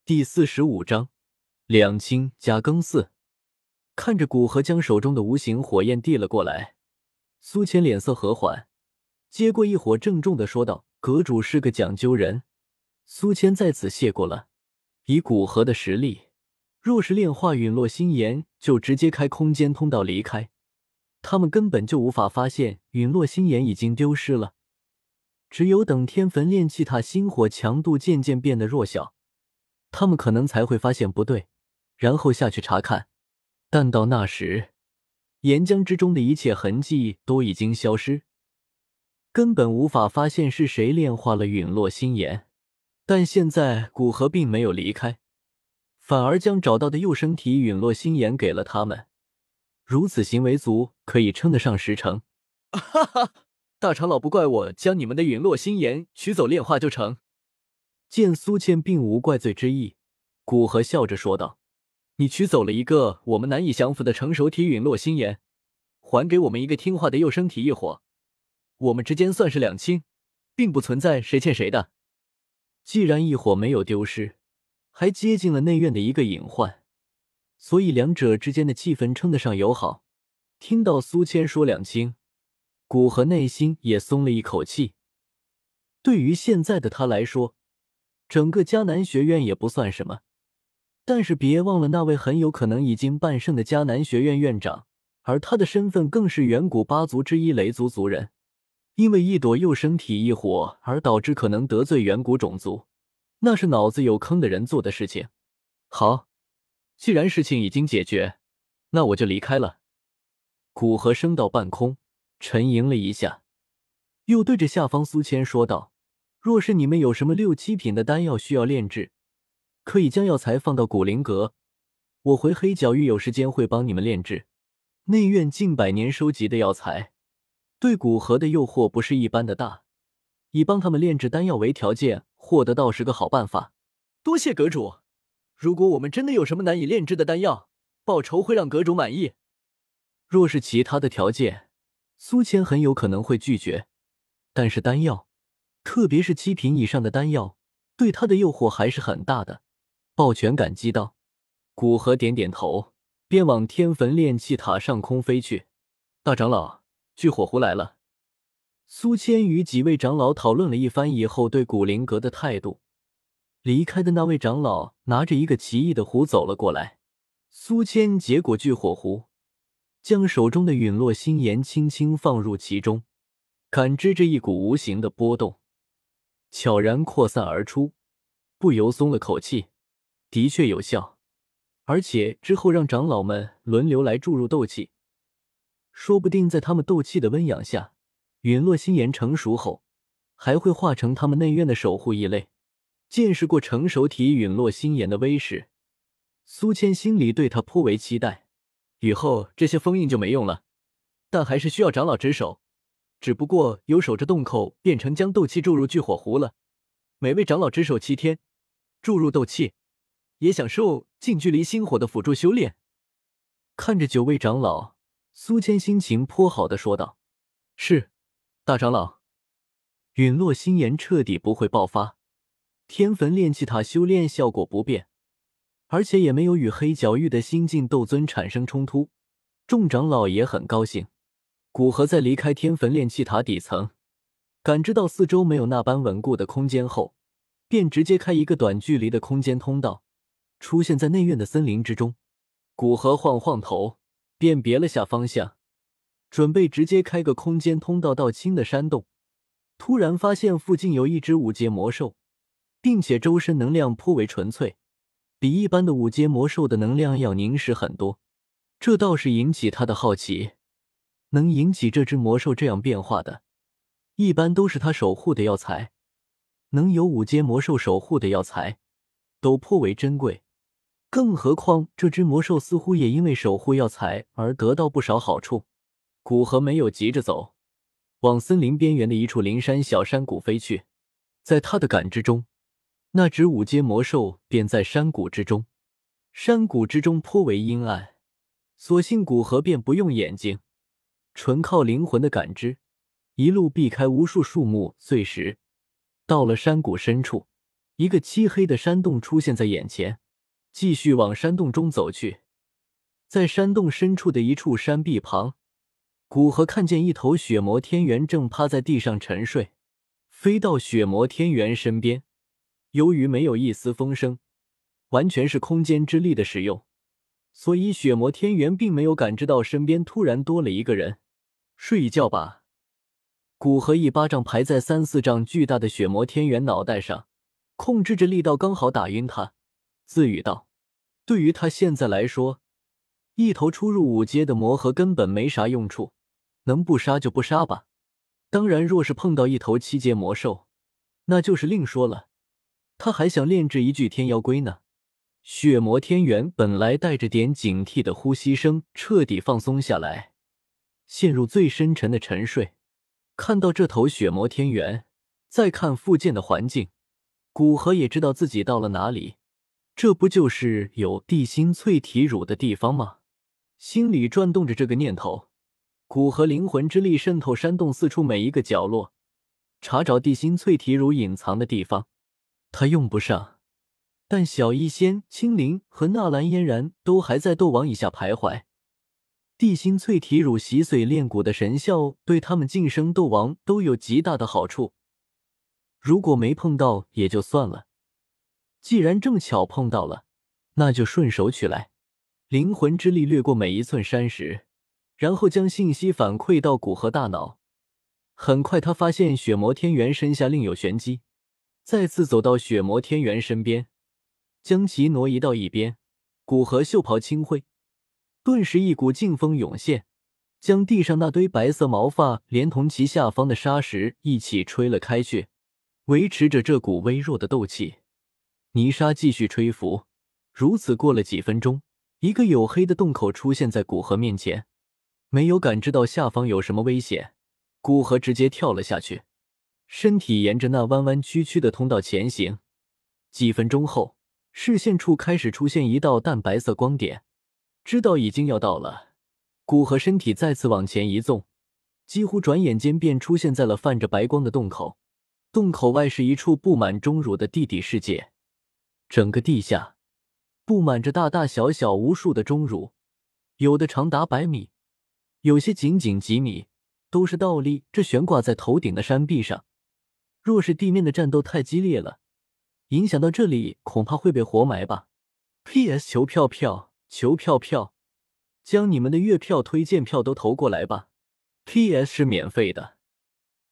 第45章两清加更4。看着古河将手中的无形火焰递了过来，苏谦脸色和缓，接过一火，郑重地说道：“阁主是个讲究人。”苏谦在此谢过了。以古河的实力，若是炼化陨落心炎，就直接开空间通道离开，他们根本就无法发现陨落心炎已经丢失了。只有等天焚炼气塔心火强度渐渐变得弱小，他们可能才会发现不对，然后下去查看。但到那时，岩浆之中的一切痕迹都已经消失，根本无法发现是谁炼化了陨落心炎。但现在古河并没有离开，反而将找到的幼生体陨落心炎给了他们。如此行为足可以称得上实诚。哈哈，大长老不怪我将你们的陨落心炎取走炼化就成。见苏谦并无怪罪之意，古河笑着说道：“你取走了一个我们难以降服的成熟体陨落心炎，还给我们一个听话的幼生体异火，我们之间算是两清，并不存在谁欠谁的。既然异火没有丢失，还接近了内院的一个隐患，所以两者之间的气氛称得上友好。”听到苏谦说两清，古河内心也松了一口气。对于现在的他来说，整个迦南学院也不算什么，但是别忘了那位很有可能已经半圣的迦南学院院长，而他的身份更是远古8族之一雷族族人，因为一朵幼生体异火而导致可能得罪远古种族，那是脑子有坑的人做的事情。好，既然事情已经解决，那我就离开了。古河升到半空，沉吟了一下，又对着下方苏谦说道：“若是你们有什么6、7品的丹药需要炼制，可以将药材放到古灵阁，我回黑角域有时间会帮你们炼制。”内院近100年收集的药材，对古河的诱惑不是一般的大，以帮他们炼制丹药为条件，获得到是个好办法。多谢阁主，如果我们真的有什么难以炼制的丹药，报酬会让阁主满意。若是其他的条件，苏谦很有可能会拒绝，但是丹药，特别是7品以上的丹药，对他的诱惑还是很大的。抱拳感激道。古河点点头，便往天焚炼气塔上空飞去。大长老，聚火壶来了。苏谦与几位长老讨论了一番以后，对古灵阁的态度。离开的那位长老拿着一个奇异的壶走了过来，苏谦接过聚火壶，将手中的陨落心炎轻轻放入其中，感知着一股无形的波动，悄然扩散而出，不由松了口气。的确有效，而且之后让长老们轮流来注入斗气，说不定在他们斗气的温养下，陨落心炎成熟后，还会化成他们内院的守护异类。见识过成熟体陨落心炎的威势，苏谦心里对他颇为期待。以后这些封印就没用了，但还是需要长老值守，只不过有守着洞口变成将斗气注入聚火壶了，每位长老值守7天，注入斗气，也享受近距离心火的辅助修炼。看着9位长老，苏谦心情颇好地说道：“是，大长老。”陨落心炎彻底不会爆发，天焚炼气塔修炼效果不变，而且也没有与黑角域的新晋斗尊产生冲突，众长老也很高兴。古河在离开天焚炼气塔底层，感知到四周没有那般稳固的空间后，便直接开一个短距离的空间通道，出现在内院的森林之中。古河晃晃头，便别了下方向，准备直接开个空间通道到青的山洞。突然发现附近有一只5阶魔兽，并且周身能量颇为纯粹，比一般的5阶魔兽的能量要凝实很多，这倒是引起他的好奇。能引起这只魔兽这样变化的，一般都是他守护的药材，能有5阶魔兽守护的药材都颇为珍贵，更何况这只魔兽似乎也因为守护药材而得到不少好处。古河没有急着走，往森林边缘的一处灵山小山谷飞去。在他的感知中，那只5阶魔兽便在山谷之中。山谷之中颇为阴暗，所幸古河便不用眼睛，纯靠灵魂的感知，一路避开无数树木碎石，到了山谷深处， 一个漆黑的山洞出现在眼前，继续往山洞中走去。在山洞深处的一处山壁旁，古河看见一头血魔天猿正趴在地上沉睡，飞到血魔天猿身边。由于没有一丝风声，完全是空间之力的使用，所以血魔天猿并没有感知到身边突然多了一个人。睡一觉吧。古河一巴掌拍在3、4丈巨大的血魔天猿脑袋上，控制着力道刚好打晕他，自语道：对于他现在来说，一头初入5阶的魔核根本没啥用处，能不杀就不杀吧。当然若是碰到一头7阶魔兽，那就是另说了，他还想炼制一具天妖龟呢。血魔天猿本来带着点警惕的呼吸声彻底放松下来，陷入最深沉的沉睡。看到这头血魔天猿，再看附近的环境，古河也知道自己到了哪里，这不就是有地心淬体乳的地方吗？心里转动着这个念头，古河灵魂之力渗透山洞四处每一个角落，查找地心淬体乳隐藏的地方。他用不上，但小医仙、青灵和纳兰嫣然都还在斗王以下徘徊。地心淬体乳洗髓炼骨的神效对他们晋升斗王都有极大的好处，如果没碰到也就算了，既然正巧碰到了，那就顺手取来。灵魂之力掠过每一寸山石，然后将信息反馈到古河大脑。很快他发现血魔天猿身下另有玄机，再次走到血魔天猿身边，将其挪移到一边。古河袖袍轻挥，顿时一股劲风涌现，将地上那堆白色毛发连同其下方的沙石一起吹了开去。维持着这股微弱的斗气，泥沙继续吹拂。如此过了几分钟，一个黝黑的洞口出现在古河面前。没有感知到下方有什么危险，古河直接跳了下去，身体沿着那弯弯曲曲的通道前行。几分钟后，视线处开始出现一道淡白色光点，知道已经要到了，古河身体再次往前一纵，几乎转眼间便出现在了泛着白光的洞口。洞口外是一处布满钟乳的地底世界，整个地下布满着大大小小无数的钟乳，有的长达100米，有些仅仅几米，都是倒立着悬挂在头顶的山壁上。若是地面的战斗太激烈了，影响到这里，恐怕会被活埋吧。PS 求票票，求票票，将你们的月票推荐票都投过来吧。PS 是免费的。